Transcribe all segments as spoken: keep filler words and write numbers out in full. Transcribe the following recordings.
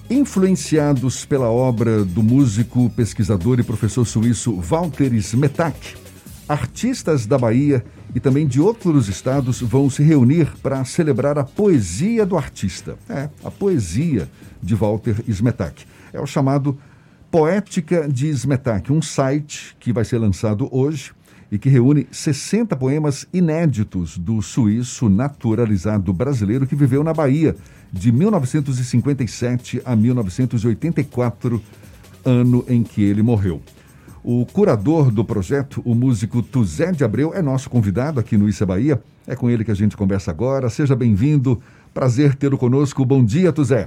Influenciados pela obra do músico, pesquisador e professor suíço Walter Smetak, artistas da Bahia e também de outros estados vão se reunir para celebrar a poesia do artista. É, a poesia de Walter Smetak. É o chamado Poética de Smetak, um site que vai ser lançado hoje e que reúne sessenta poemas inéditos do suíço naturalizado brasileiro que viveu na Bahia de mil novecentos e cinquenta e sete a mil novecentos e oitenta e quatro, ano em que ele morreu. O curador do projeto, o músico Tuzé de Abreu, é nosso convidado aqui no Isso é Bahia. É com ele que a gente conversa agora. Seja bem-vindo. Prazer tê-lo conosco. Bom dia, Tuzé.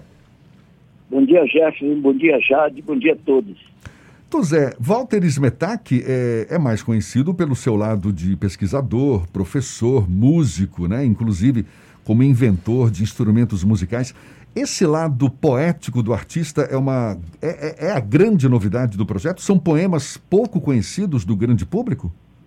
Bom dia, Jefferson. Bom dia, Jade. Bom dia a todos. Tuzé, Walter Smetak é, é mais conhecido pelo seu lado de pesquisador, professor, músico, né? Inclusive como inventor de instrumentos musicais. Esse lado poético do artista é, uma, é, é a grande novidade do projeto? São poemas pouco conhecidos do grande público?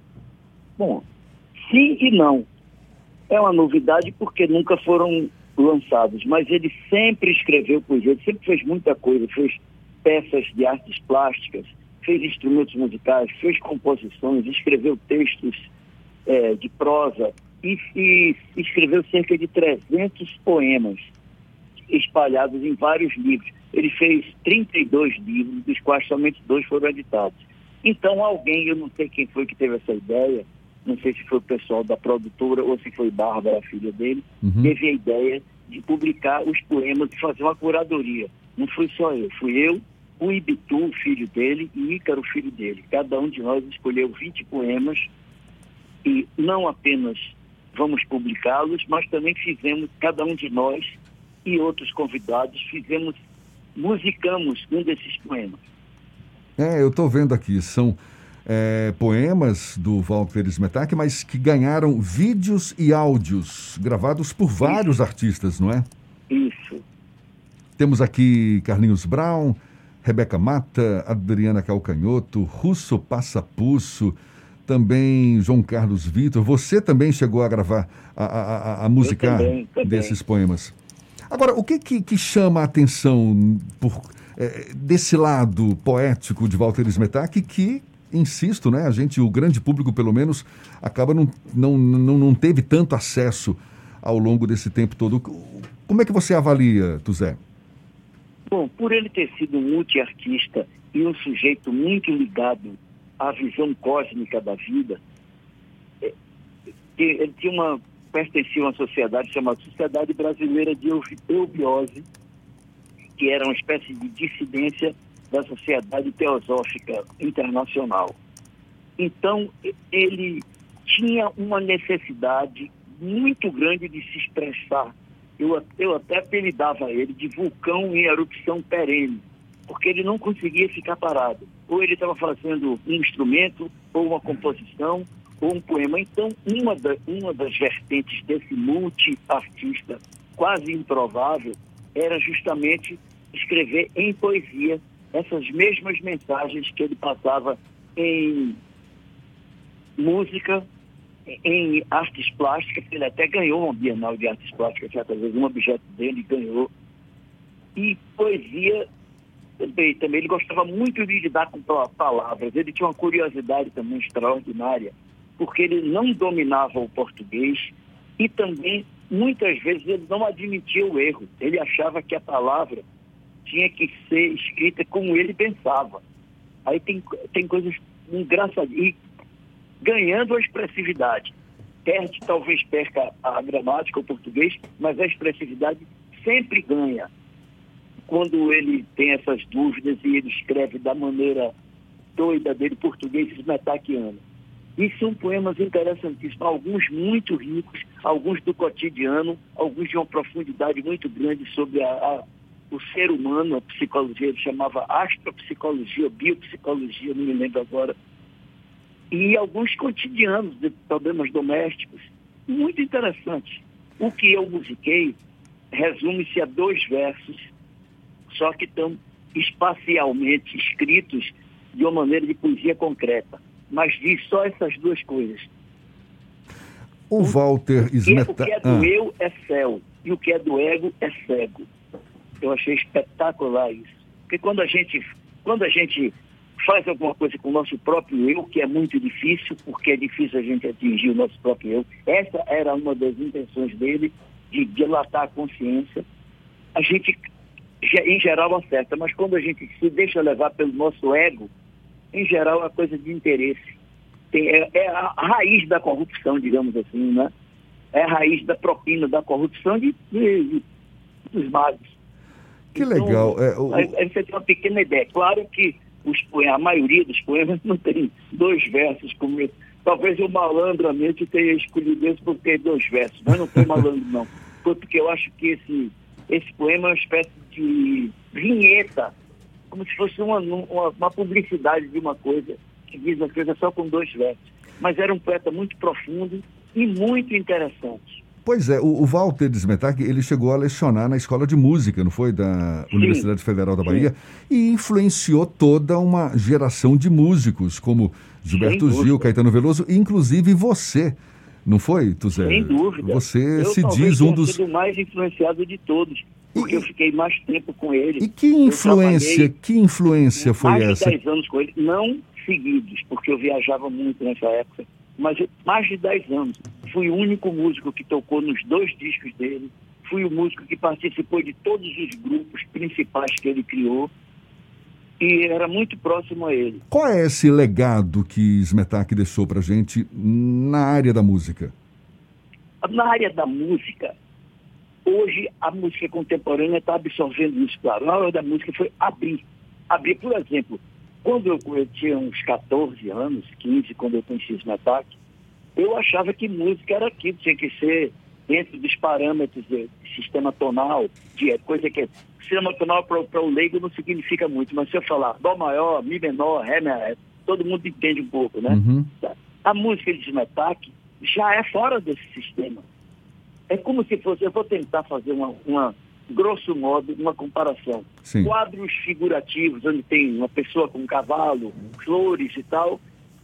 Bom, sim e não. É uma novidade porque nunca foram lançados, mas ele sempre escreveu poesia, ele sempre fez muita coisa, fez peças de artes plásticas, fez instrumentos musicais, fez composições, escreveu textos é, de prosa e, e escreveu cerca de trezentos poemas espalhados em vários livros. Ele fez trinta e dois livros, dos quais somente dois foram editados. Então alguém, eu não sei quem foi que teve essa ideia, não sei se foi o pessoal da produtora ou se foi Bárbara, a filha dele, uhum. teve a ideia de publicar os poemas e fazer uma curadoria. Não fui só eu, fui eu, o Ibitu, filho dele, e Ícaro, filho dele. Cada um de nós escolheu vinte poemas e não apenas vamos publicá-los, mas também fizemos, cada um de nós e outros convidados, fizemos, musicamos um desses poemas. É, eu estou vendo aqui, são é, poemas do Walter Smetak, mas que ganharam vídeos e áudios gravados por vários Isso. artistas, não é? Isso. Temos aqui Carlinhos Brown, Rebeca Mata, Adriana Calcanhoto, Russo Passapusso, também João Carlos Vitor. Você também chegou a gravar, a, a, a, a musicar também, também. desses poemas. Agora, o que, que, que chama a atenção por, é, desse lado poético de Walter Smetak que, insisto, né, a gente, o grande público pelo menos, acaba não, não, não, não teve tanto acesso ao longo desse tempo todo. Como é que você avalia, Tuzé? Bom, por ele ter sido um multiartista e um sujeito muito ligado à visão cósmica da vida, ele tinha uma, pertencia a uma sociedade chamada Sociedade Brasileira de Eubiose, que era uma espécie de dissidência da Sociedade Teosófica Internacional. Então, ele tinha uma necessidade muito grande de se expressar. Eu, eu até apelidava ele de vulcão em erupção perene, porque ele não conseguia ficar parado. Ou ele estava fazendo um instrumento, ou uma composição, ou um poema. Então, uma, da, uma das vertentes desse multi-artista quase improvável era justamente escrever em poesia essas mesmas mensagens que ele passava em música, em artes plásticas. Ele até ganhou uma Bienal de Artes Plásticas, certa vez, um objeto dele ganhou. E poesia, também, também ele gostava muito de lidar com palavras. Ele tinha uma curiosidade também extraordinária, porque ele não dominava o português e também, muitas vezes, ele não admitia o erro. Ele achava que a palavra tinha que ser escrita como ele pensava. Aí tem, tem coisas engraçadas. E ganhando a expressividade. Perde, talvez perca a gramática, o português, mas a expressividade sempre ganha. Quando ele tem essas dúvidas e ele escreve da maneira doida dele, português smetakiano. E são poemas interessantíssimos, alguns muito ricos, alguns do cotidiano, alguns de uma profundidade muito grande sobre a, a, o ser humano, a psicologia, ele chamava astropsicologia, biopsicologia, não me lembro agora. E alguns cotidianos de problemas domésticos, muito interessantes. O que eu musiquei resume-se a dois versos, só que estão espacialmente escritos de uma maneira de poesia concreta. Mas diz só essas duas coisas. O Walter Smetak... O que é do ah. eu é céu, e o que é do ego é cego. Eu achei espetacular isso. Porque quando a gente, quando a gente faz alguma coisa com o nosso próprio eu, que é muito difícil, porque é difícil a gente atingir o nosso próprio eu, essa era uma das intenções dele, de dilatar a consciência, a gente, em geral, acerta. Mas quando a gente se deixa levar pelo nosso ego, em geral, é coisa de interesse. Tem, é, é a raiz da corrupção, digamos assim, né? É a raiz da propina, da corrupção de, de, de, dos magos. Que então, legal. É, o... aí, aí você tem uma pequena ideia. Claro que os poemas, a maioria dos poemas não tem dois versos como esse. Talvez eu malandramente tenha escolhido esse porque tem dois versos, mas não foi malandro, não. Foi porque eu acho que esse, esse poema é uma espécie de vinheta, como se fosse uma, uma, uma publicidade de uma coisa que diz a coisa só com dois versos. Mas era um poeta muito profundo e muito interessante. Pois é, o, o Walter Smetak, ele chegou a lecionar na Escola de Música, não foi? Da Sim, Universidade Federal da Bahia, sim. E influenciou toda uma geração de músicos, como Gilberto Gil, Caetano Veloso, e inclusive você, não foi, Tuzé? Sem dúvida. Você eu se diz um dos... sido mais influenciado de todos, porque e, eu fiquei mais tempo com ele. E que influência, que influência foi mais essa? Mais de dez anos com ele, não seguidos, porque eu viajava muito nessa época, mas eu, mais de dez anos. Fui o único músico que tocou nos dois discos dele, fui o músico que participou de todos os grupos principais que ele criou e era muito próximo a ele. Qual é esse legado que Smetak deixou pra gente na área da música? Na área da música, hoje a música contemporânea está absorvendo isso, claro. Na área da música foi abrir. Abrir, por exemplo, quando eu, eu tinha uns catorze anos, quinze, quando eu conheci Smetak, eu achava que música era aquilo, tinha que ser dentro dos parâmetros de sistema tonal, de coisa que sistema tonal para o leigo não significa muito, mas se eu falar dó maior, mi menor, ré menor, todo mundo entende um pouco, né? Uhum. A música de Smetak já é fora desse sistema. É como se fosse, eu vou tentar fazer uma, uma grosso modo, uma comparação. Sim. Quadros figurativos, onde tem uma pessoa com um cavalo, flores e tal,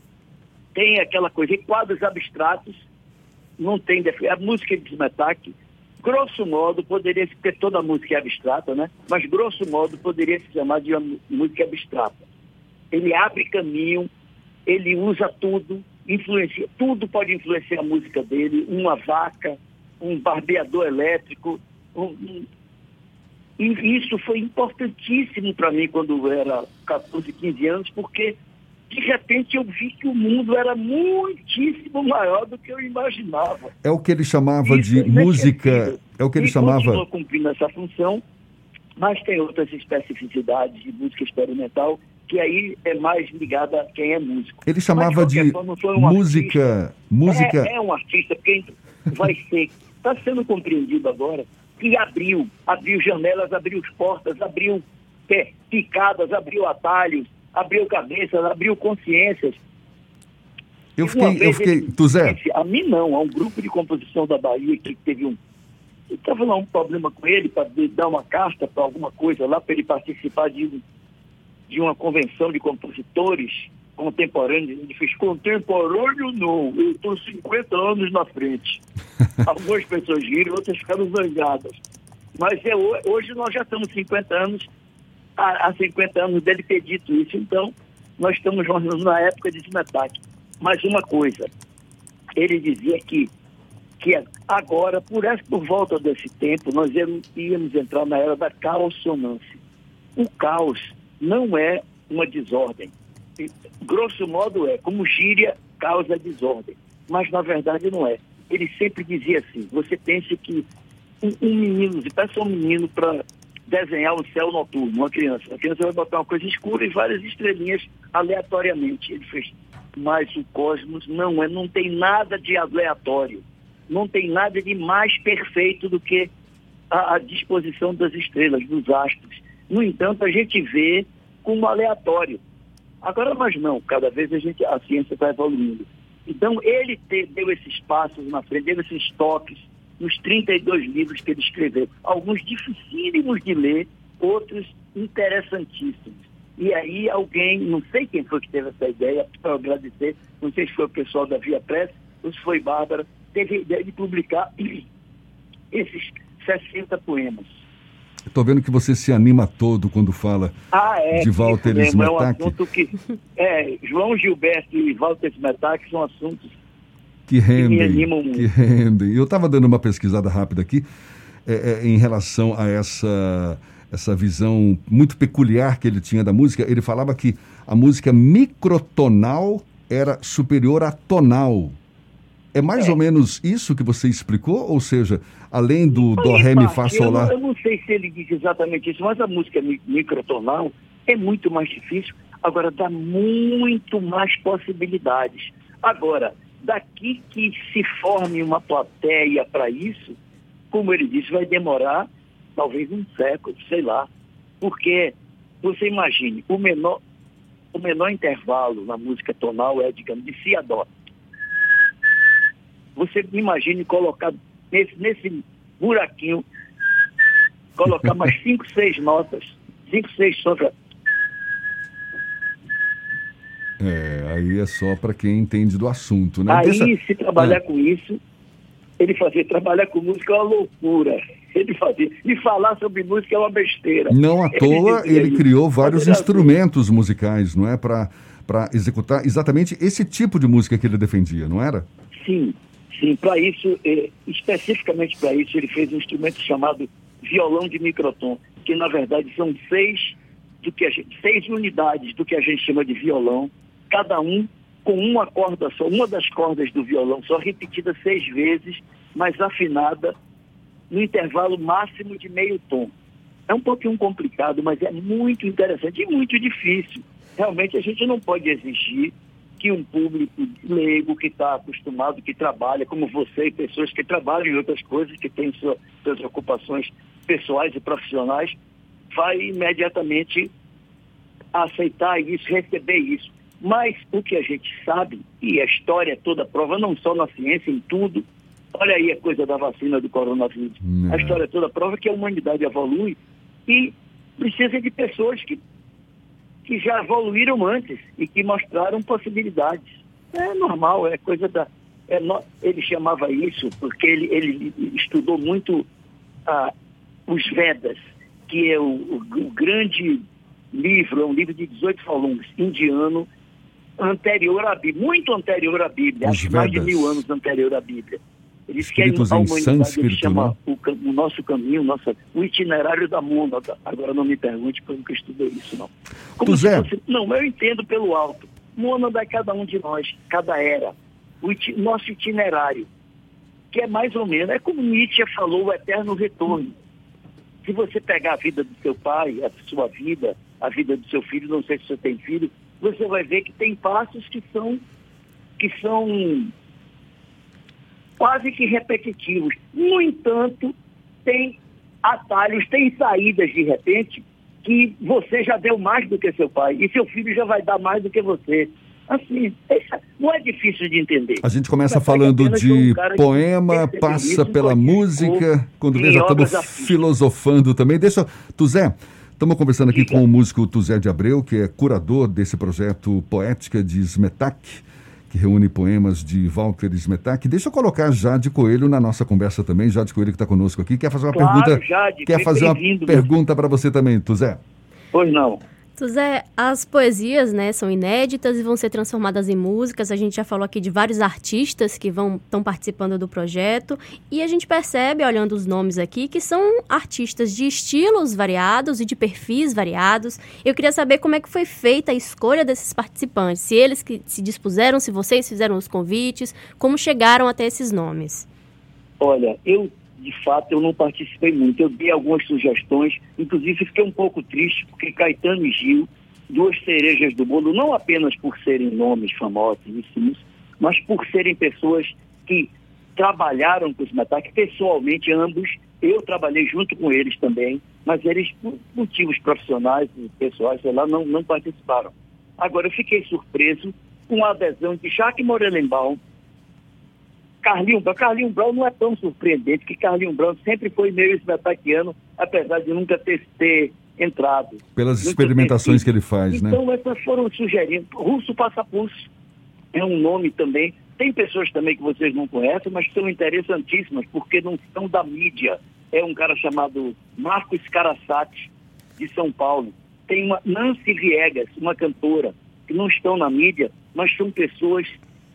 tem aquela coisa. E quadros abstratos, não tem... Def... A música de Smetak, grosso modo, poderia ser, porque toda música é abstrata, né? Mas, grosso modo, poderia se chamar de uma música abstrata. Ele abre caminho, ele usa tudo, influencia, tudo pode influenciar a música dele, uma vaca, um barbeador elétrico, um, um, e isso foi importantíssimo para mim quando eu era catorze, quinze anos, porque de repente eu vi que o mundo era muitíssimo maior do que eu imaginava. É o que ele chamava isso de é música, é o que ele e chamava... continua cumprindo essa função, mas tem outras especificidades de música experimental que aí é mais ligada a quem é músico. Ele chamava de, de forma, um música... Artista, música... É, é um artista, porque vai ser... Está sendo compreendido agora que abriu, abriu janelas, abriu portas, abriu é, picadas, abriu atalhos, abriu cabeças, abriu consciências. Eu fiquei... Eu fiquei ele, Tuzé... A mim não, há um grupo de composição da Bahia que teve um... Estava lá um problema com ele para dar uma carta para alguma coisa lá, para ele participar de, de uma convenção de compositores contemporâneos. Ele fez contemporâneo não, eu estou cinquenta anos na frente. Algumas pessoas riram, outras ficaram zangadas. Mas é, hoje nós já estamos cinquenta anos, há, há cinquenta anos dele ter dito isso, então nós estamos na época de Smetak. Mas uma coisa, ele dizia que que agora, por, essa, por volta desse tempo, nós íamos, íamos entrar na era da caossonância. O caos não é uma desordem. Grosso modo é, como gíria, causa desordem. Mas, na verdade, não é. Ele sempre dizia assim, você pensa que um, um menino, peça um menino para desenhar um céu noturno, uma criança. A criança vai botar uma coisa escura e várias estrelinhas aleatoriamente. Ele fez, mas o cosmos não é, não tem nada de aleatório. Não tem nada de mais perfeito do que a, a disposição das estrelas, dos astros. No entanto, a gente vê como aleatório. Agora, mas não, cada vez a, gente, a ciência está evoluindo. Então, ele te, deu esses passos na frente, deu esses toques nos trinta e dois livros que ele escreveu. Alguns dificílimos de ler, outros interessantíssimos. E aí alguém, não sei quem foi que teve essa ideia, para agradecer, não sei se foi o pessoal da Via Press, ou se foi Bárbara, teve a ideia de publicar esses sessenta poemas. Estou vendo que você se anima todo quando fala ah, é, de Walter Smetak. É um assunto que... É, João Gilberto e Walter Smetak são assuntos que rendem, que me animam muito. Que rendem. Eu estava dando uma pesquisada rápida aqui é, é, em relação a essa, essa visão muito peculiar que ele tinha da música. Ele falava que a música microtonal era superior à tonal. É mais é. ou menos isso que você explicou? Ou seja, além do Dó, Ré, Mi, Fá, Sol, Lá... Eu não, eu não sei se ele diz exatamente isso, mas a música microtonal é muito mais difícil. Agora, dá muito mais possibilidades. Agora, daqui que se forme uma plateia para isso, como ele disse, vai demorar talvez um século, sei lá. Porque, você imagine, o menor, o menor intervalo na música tonal é, digamos, de Si a Dó. Você imagine colocar nesse, nesse buraquinho, colocar mais cinco, seis notas, cinco, seis sons. É, aí é só para quem entende do assunto, né? Aí, Deixa... se trabalhar é. com isso, ele fazia, trabalhar com música é uma loucura. Ele fazia. E falar sobre música é uma besteira. Não à toa, ele, ele criou vários ele instrumentos assim. musicais, não é? Para para executar exatamente esse tipo de música que ele defendia, não era? Sim. Sim, para isso, eh, especificamente para isso, ele fez um instrumento chamado violão de microtom, que na verdade são seis, do que a gente, seis unidades do que a gente chama de violão, cada um com uma corda só, uma das cordas do violão só, repetida seis vezes, mas afinada no intervalo máximo de meio tom. É um pouquinho complicado, mas é muito interessante e muito difícil. Realmente a gente não pode exigir que um público leigo que está acostumado, que trabalha, como você e pessoas que trabalham em outras coisas, que têm sua, suas ocupações pessoais e profissionais, vai imediatamente aceitar isso, receber isso. Mas o que a gente sabe, e a história toda prova, não só na ciência, em tudo, olha aí a coisa da vacina do coronavírus, não. A história toda prova que a humanidade evolui e precisa de pessoas que que já evoluíram antes e que mostraram possibilidades. É normal, é coisa da... É no, ele chamava isso porque ele, ele estudou muito ah, os Vedas, que é o, o, o grande livro, é um livro de dezoito volumes, indiano, anterior à Bíblia, muito anterior à Bíblia, os acho que Vedas. mais de mil anos anterior à Bíblia. Ele diz que a humanidade ele chama o, o nosso caminho, nossa, o itinerário da Mônada. Agora não me pergunte porque eu nunca estudei isso, não. Como se fosse, não, eu entendo pelo alto. Mônada é cada um de nós, cada era. O iti, nosso itinerário, que é mais ou menos, é como Nietzsche falou, o eterno retorno. Se você pegar a vida do seu pai, a sua vida, a vida do seu filho, não sei se você tem filho, você vai ver que tem passos que são... que são quase que repetitivos. No entanto, tem atalhos, tem saídas de repente que você já deu mais do que seu pai e seu filho já vai dar mais do que você. Assim, não é difícil de entender. A gente começa falando de um poema, passa pela música, quando vê já estamos filosofando também. Deixa, Tuzé, estamos conversando aqui Diga. com o músico Tuzé de Abreu, que é curador desse projeto Poética de Smetak, que reúne poemas de Walter Smetak. Deixa eu colocar Jade Coelho na nossa conversa também. Jade Coelho que está conosco aqui. Quer fazer uma claro, pergunta? Jade, quer fazer uma pergunta para você também, Tuzé? Pois não. Tuzé, as poesias, né, são inéditas e vão ser transformadas em músicas. A gente já falou aqui de vários artistas que vão estão participando do projeto e a gente percebe, olhando os nomes aqui, que são artistas de estilos variados e de perfis variados. Eu queria saber como é que foi feita a escolha desses participantes, se eles que se dispuseram, se vocês fizeram os convites, como chegaram até esses nomes. Olha, eu de fato, eu não participei muito. Eu dei algumas sugestões, inclusive fiquei um pouco triste, porque Caetano e Gil, duas cerejas do bolo, não apenas por serem nomes famosos, mas por serem pessoas que trabalharam com o Smetak pessoalmente, ambos. Eu trabalhei junto com eles também, mas eles, por motivos profissionais e pessoais, sei lá, não, não participaram. Agora, eu fiquei surpreso com a adesão de Jacques Morelenbaum, Carlinho Brown. Carlinho Brown não é tão surpreendente, que Carlinho Brown sempre foi meio smetakiano, apesar de nunca ter, ter entrado. Pelas experimentações que ele faz, então, né? Então, essas foram sugerindo. Russo Passapulso é um nome também. Tem pessoas também que vocês não conhecem, mas que são interessantíssimas, porque não são da mídia. é um cara chamado Marcos Carasati, de São Paulo. Tem uma Nancy Viegas, uma cantora, que não estão na mídia, mas são pessoas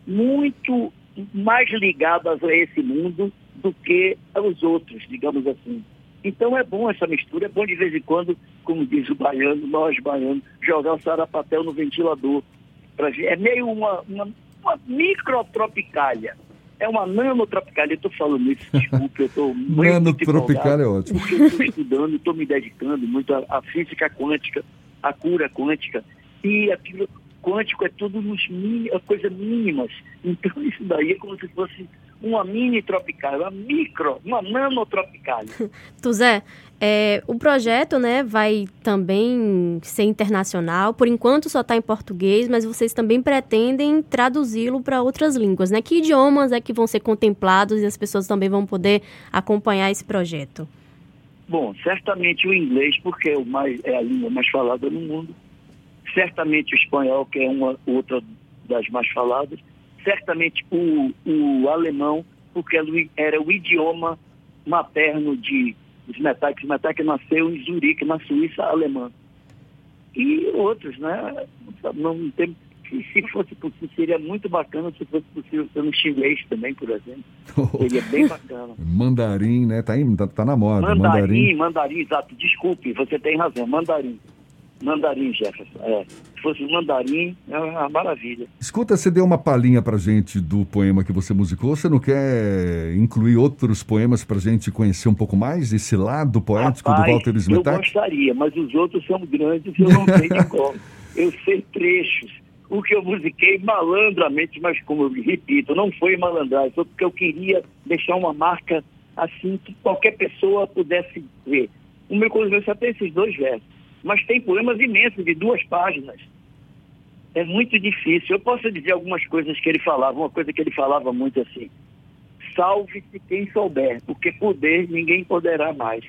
muito mais ligadas a esse mundo do que aos outros, digamos assim. Então é bom essa mistura, é bom de vez em quando, como diz o baiano, nós baianos, jogar o sarapatel no ventilador. Pra, é meio uma, uma, uma microtropicália. É uma nanotropicália. Eu estou falando isso, desculpe, eu estou muito Nanotropicália é ótimo. Porque eu estou estudando, estou me dedicando muito à, à física quântica, à cura quântica. E aquilo quântico é tudo nos mini, é coisas mínimas. Então isso daí é como se fosse uma mini tropicália, uma micro, uma nanotropicália. Tuzé, é, o projeto, né, vai também ser internacional. Por enquanto só está em português, mas vocês também pretendem traduzi-lo para outras línguas, né? Que idiomas é que vão ser contemplados e as pessoas também vão poder acompanhar esse projeto? Bom, certamente o inglês, porque é, o mais, é a língua mais falada no mundo. Certamente o espanhol, que é uma outra das mais faladas. Certamente o, o alemão, porque era o idioma materno de Smetak. Smetak nasceu em Zurique, na Suíça alemã. E outros, né? Não tem, se fosse possível, seria muito bacana se fosse possível ser no chinês também, por exemplo. Seria bem bacana. Mandarim, né? Tá, aí, tá, tá na moda. Mandarim, mandarim, mandarim, exato. Desculpe, você tem razão. Mandarim. Mandarim, Jefferson. É. Se fosse mandarim, é uma maravilha. Escuta, você deu uma palhinha pra gente do poema que você musicou. Você não quer incluir outros poemas pra gente conhecer um pouco mais esse lado poético Rapaz, do Walter Smetak? Eu gostaria, mas os outros são grandes e eu não sei de qual. Eu sei trechos. O que eu musiquei malandramente, mas como eu repito, não foi malandragem, foi porque eu queria deixar uma marca assim que qualquer pessoa pudesse ver. O meu conjunto só tem esses dois versos. Mas tem poemas imensos, de duas páginas. É muito difícil. Eu posso dizer algumas coisas que ele falava. Uma coisa que ele falava muito assim: salve-se quem souber, porque poder ninguém poderá mais.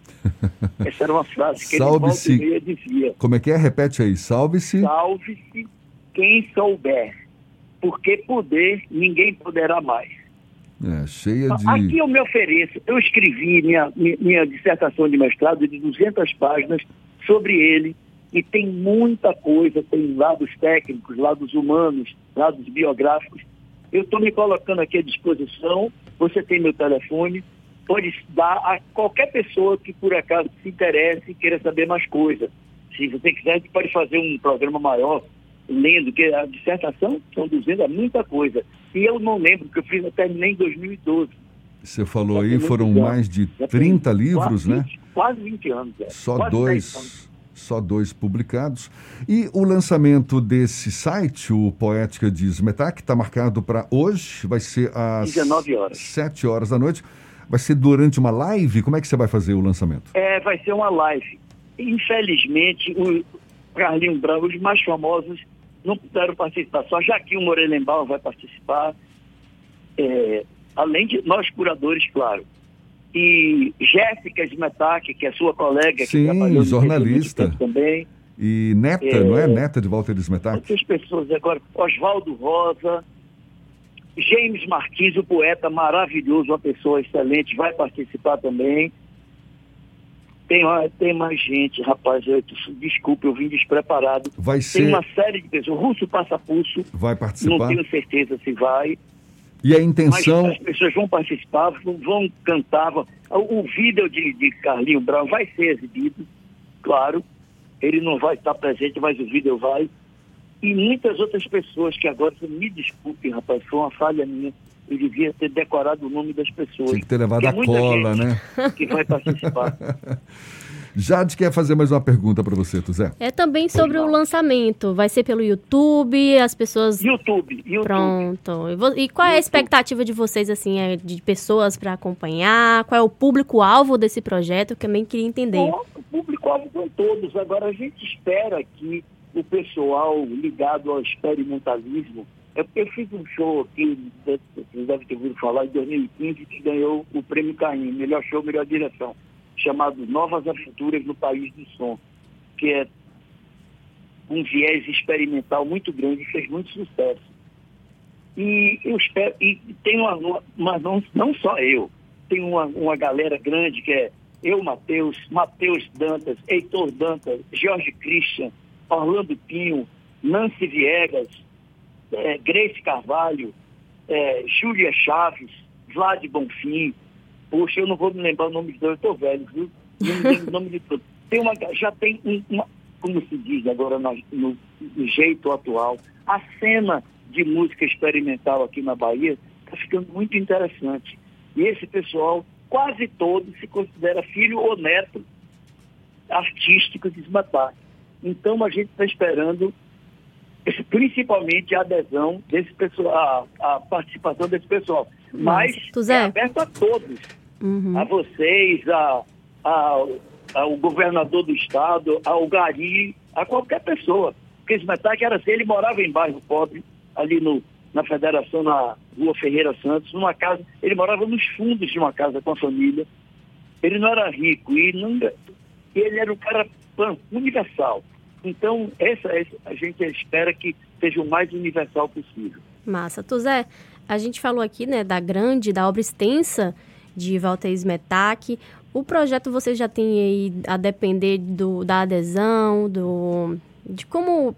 Essa era uma frase que Salve-se. ele volta e meia dizia. Como é que é? Repete aí. Salve-se. Salve-se quem souber, porque poder ninguém poderá mais. É, cheia de... Aqui eu me ofereço. Eu escrevi minha, minha dissertação de mestrado de duzentas páginas sobre ele, e tem muita coisa, tem lados técnicos, lados humanos, lados biográficos. Eu estou me colocando aqui à disposição, você tem meu telefone, pode dar a qualquer pessoa que por acaso se interesse e queira saber mais coisas. Se você quiser, a gente pode fazer um programa maior, lendo, que a dissertação são duzentas, é muita coisa. E eu não lembro, porque eu fiz, eu terminei em dois mil e doze. Você falou aí, foram mais de trinta livros, né? Quase vinte anos. É. Só quase dois, só dois publicados. E o lançamento desse site, o Poética de Smetak, está marcado para hoje, vai ser às dezenove horas. sete horas da noite. Vai ser durante uma live? Como é que você vai fazer o lançamento? É, vai ser uma live. Infelizmente, o Carlinho Brau, os mais famosos, não puderam participar. Só Jaquinho Morelenbaum vai participar. É, além de nós curadores, claro. E Jéssica Smetak, que é sua colega, Sim, que trabalhou jornalista também. E neta, é, não é? Neta de Walter Smetak? Outras pessoas agora, Oswaldo Rosa, James Martins, o poeta maravilhoso, uma pessoa excelente, vai participar também. Tem, tem mais gente, rapaz, eu, desculpa, eu vim despreparado. Vai ser... Tem uma série de pessoas. O Russo Passapulso, vai participar. Não tenho certeza se vai. E a intenção... Mas as pessoas vão participar, vão, vão cantar. Vão... O vídeo de, de Carlinho Brau vai ser exibido, claro. Ele não vai estar presente, mas o vídeo vai. E muitas outras pessoas que agora, me desculpem, rapaz, foi uma falha minha. Eu devia ter decorado o nome das pessoas. Tinha que ter levado a cola, né? Que vai participar. Jade quer fazer mais uma pergunta para você, Tuzé. É também sobre o lançamento. Vai ser pelo YouTube, as pessoas... YouTube. YouTube. Pronto. E, vo... e qual é a expectativa de vocês, assim, é de pessoas para acompanhar? Qual é o público-alvo desse projeto? Eu também queria entender. Bom, o público-alvo são todos. Agora, a gente espera que o pessoal ligado ao experimentalismo... É porque eu fiz um show aqui, vocês devem ter ouvido falar, em dois mil e quinze, que ganhou o Prêmio Caim, melhor show, melhor direção, chamado Novas Aventuras no País do Som, que é um viés experimental muito grande e fez muito sucesso. E eu espero, e tem uma, mas não, não só eu, tem uma, uma galera grande que é eu, Matheus, Matheus Dantas, Heitor Dantas, Jorge Christian, Orlando Pinho, Nancy Viegas, é, Grace Carvalho, é, Júlia Chaves, Vlad Bonfim. Poxa, eu não vou me lembrar o nome de todos, eu estou velho, viu? Não me lembro o nome de todos. Tem uma, já tem um, uma, como se diz agora no, no, no jeito atual, a cena de música experimental aqui na Bahia está ficando muito interessante. E esse pessoal, quase todo, se considera filho ou neto artístico de Smetak. Então a gente está esperando principalmente a adesão desse pessoal, a, a participação desse pessoal. Mas Nossa, é aberto a todos. Uhum. A vocês, a, a, ao governador do estado, ao Gari, a qualquer pessoa. Porque Smetak era assim, ele morava em bairro pobre, ali no, na Federação, na Rua Ferreira Santos, numa casa, ele morava nos fundos de uma casa com a família. Ele não era rico e não, ele era um cara universal. Então, essa, essa a gente espera que seja o mais universal possível. Massa. Tuzé, a gente falou aqui, né, da grande, da obra extensa de Walter Smetak. O projeto você já tem aí a depender do, da adesão, do, de como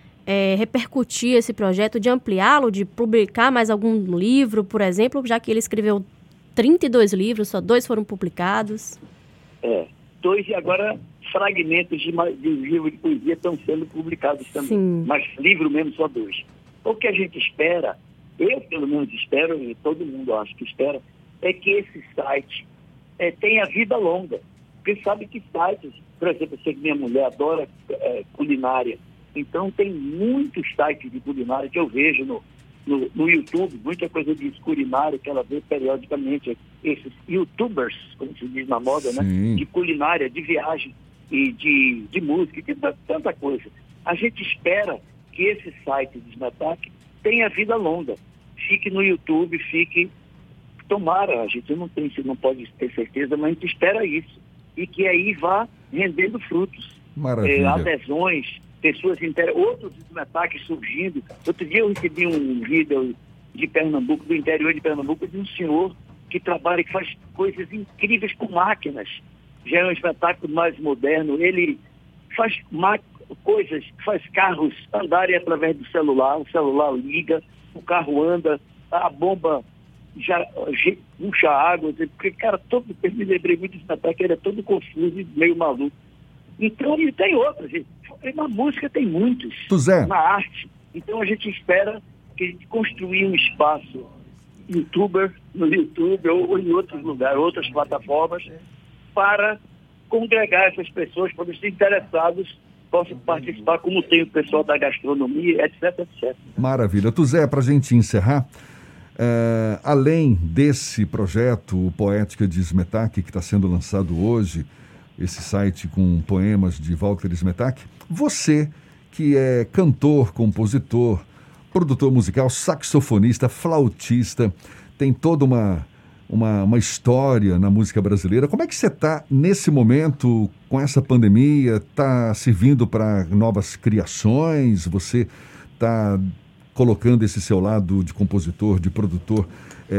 é, repercutir esse projeto, de ampliá-lo, de publicar mais algum livro, por exemplo, já que ele escreveu trinta e dois livros, só dois foram publicados. É, dois e agora fragmentos de, de livro de poesia estão sendo publicados também. Sim. Mas livro mesmo só dois. O que a gente espera, eu pelo menos espero, e todo mundo acho que espera, é que esse site é, tenha vida longa. Porque sabe que sites, por exemplo, eu sei que minha mulher adora é, culinária, então tem muitos sites de culinária que eu vejo no, no, no YouTube, muita coisa de culinária que ela vê periodicamente, esses youtubers, como se diz na moda, né? De culinária, de viagem e de, de música, de tanta coisa. A gente espera que esse site de Smetak tenha vida longa, fique no YouTube, fique... Tomara, a gente não tem, não pode ter certeza, mas a gente espera isso. E que aí vá rendendo frutos. Maravilha. É, adesões, pessoas inter... outros Smetak surgindo. Outro dia eu recebi um vídeo de Pernambuco, do interior de Pernambuco, de um senhor que trabalha, que faz coisas incríveis com máquinas. Já é um espetáculo mais moderno. Ele faz ma... coisas, faz carros andarem através do celular, o celular liga, o carro anda, a bomba já puxa água, porque, cara, todo, eu me lembrei muito desse ataque, ele é todo confuso e meio maluco. Então, e tem outros. Na música tem muitos. Tuzé. Na arte. Então, a gente espera que a gente construir um espaço youtuber, no YouTube ou, ou em outros lugares, outras plataformas, para congregar essas pessoas, para os interessados possam participar, como tem o pessoal da gastronomia, etc, etcétera. Maravilha. Tuzé, para a gente encerrar, Uh, além desse projeto, o Poética de Smetak, que está sendo lançado hoje, esse site com poemas de Walter Smetak, você que é cantor, compositor, produtor musical, saxofonista, flautista, tem toda uma, uma, uma história na música brasileira. Como é que você está nesse momento, com essa pandemia? Está servindo para novas criações? Você está colocando esse seu lado de compositor, de produtor,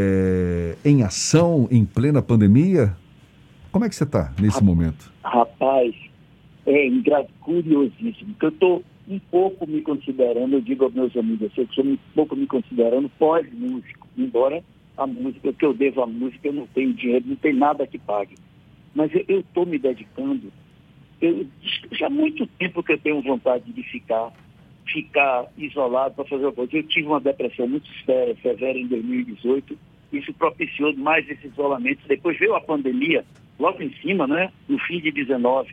é, em ação, em plena pandemia? Como é que você está nesse momento? Rapaz, é curiosíssimo, porque eu estou um pouco me considerando, eu digo aos meus amigos, eu estou um pouco me considerando pós-músico, embora a música, que eu devo à música, eu não tenho dinheiro, não tem nada que pague. Mas eu estou me dedicando, eu, já há muito tempo que eu tenho vontade de ficar ficar isolado para fazer uma coisa. Eu tive uma depressão muito séria, severa em dois mil e dezoito, isso propiciou mais esse isolamento. Depois veio a pandemia, logo em cima, né, no fim de dezenove.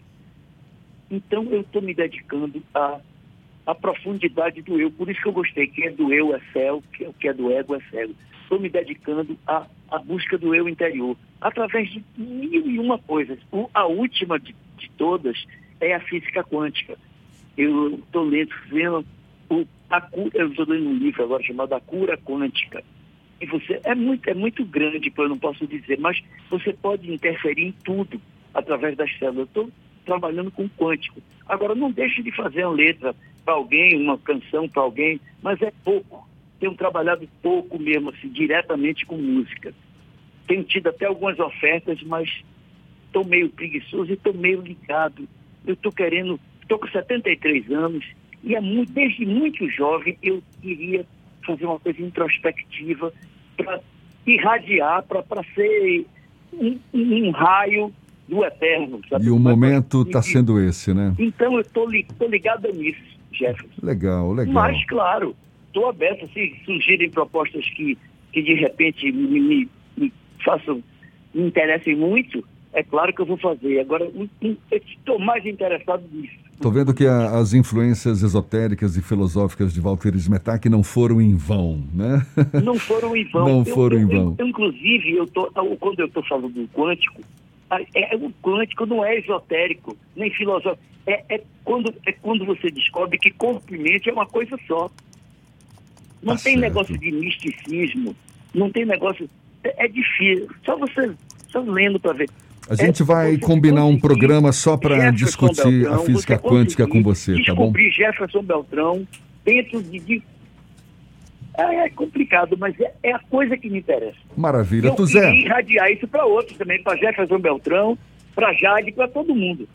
Então eu estou me dedicando à, à profundidade do eu, por isso que eu gostei, quem é do eu é céu, o que é do ego é cego. Estou me dedicando à, à busca do eu interior, através de mil e uma coisas. O, a última de, de todas é a física quântica. Eu estou lendo, vendo o, a cura, eu estou lendo um livro agora chamado A Cura Quântica. E você, é muito, é muito grande, eu não posso dizer, mas você pode interferir em tudo através das células. Eu estou trabalhando com quântico. Agora, não deixe de fazer uma letra para alguém, uma canção para alguém, mas é pouco. Tenho trabalhado pouco mesmo, assim, diretamente com música. tenho tido até algumas ofertas, mas estou meio preguiçoso e estou meio ligado. Eu estou querendo, estou com setenta e três anos e é muito, desde muito jovem eu queria fazer uma coisa introspectiva para irradiar, para ser um, um raio do eterno. Sabe? E o momento está sendo esse, né? Então eu estou ligado nisso, Jefferson. Legal, legal. Mas, claro, estou aberto, se surgirem propostas que, que de repente me, me, me façam, me interessem muito, é claro que eu vou fazer. Agora, eu estou mais interessado nisso. Estou vendo que a, as influências esotéricas e filosóficas de Walter Smetak não foram em vão, né? Não foram em vão. Não eu, foram eu, em vão. Eu, inclusive, eu tô, quando eu estou falando do quântico, é, o quântico não é esotérico, nem filosófico. É, é, quando, é quando você descobre que corpo e mente é uma coisa só. Não Tá tem certo. negócio de misticismo, não tem negócio... É, é difícil, só você só lendo para ver. A gente é, vai combinar um programa só para discutir Beltrão, a física quântica com você, tá bom? Descobrir Jefferson Beltrão dentro de... de... É, é complicado, mas é, é a coisa que me interessa. Maravilha. Eu Tuzé. queria irradiar isso para outros também, para Jefferson Beltrão, para Jade, para todo mundo.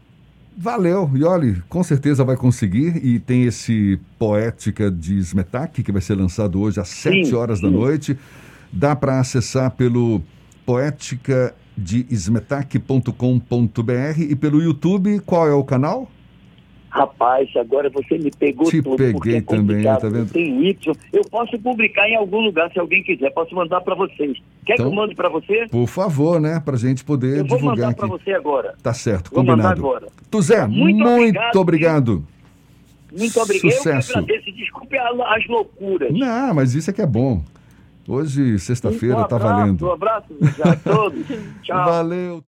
Valeu. E olha, com certeza vai conseguir. E tem esse Poética de Smetak, que vai ser lançado hoje às sete horas da noite. Dá para acessar pelo poética de smetak ponto com ponto b r e pelo YouTube. Qual é o canal? Rapaz, agora você me pegou Te tudo. peguei é também, tá vendo? Tem Y. Eu posso publicar em algum lugar, se alguém quiser. Posso mandar para vocês. Quer Então, que eu mande para você? Por favor, né? Pra gente poder Eu vou divulgar mandar aqui. para você agora. Tá certo, Vou mandar combinado. agora. Tuzé, Muito muito, obrigado, obrigado. Muito obrigado. Sucesso. Eu que agradeço. Desculpe as loucuras. Não, mas isso é que é bom. Hoje, sexta-feira, um tá abraço, valendo. Um abraço a todos. Tchau. Valeu.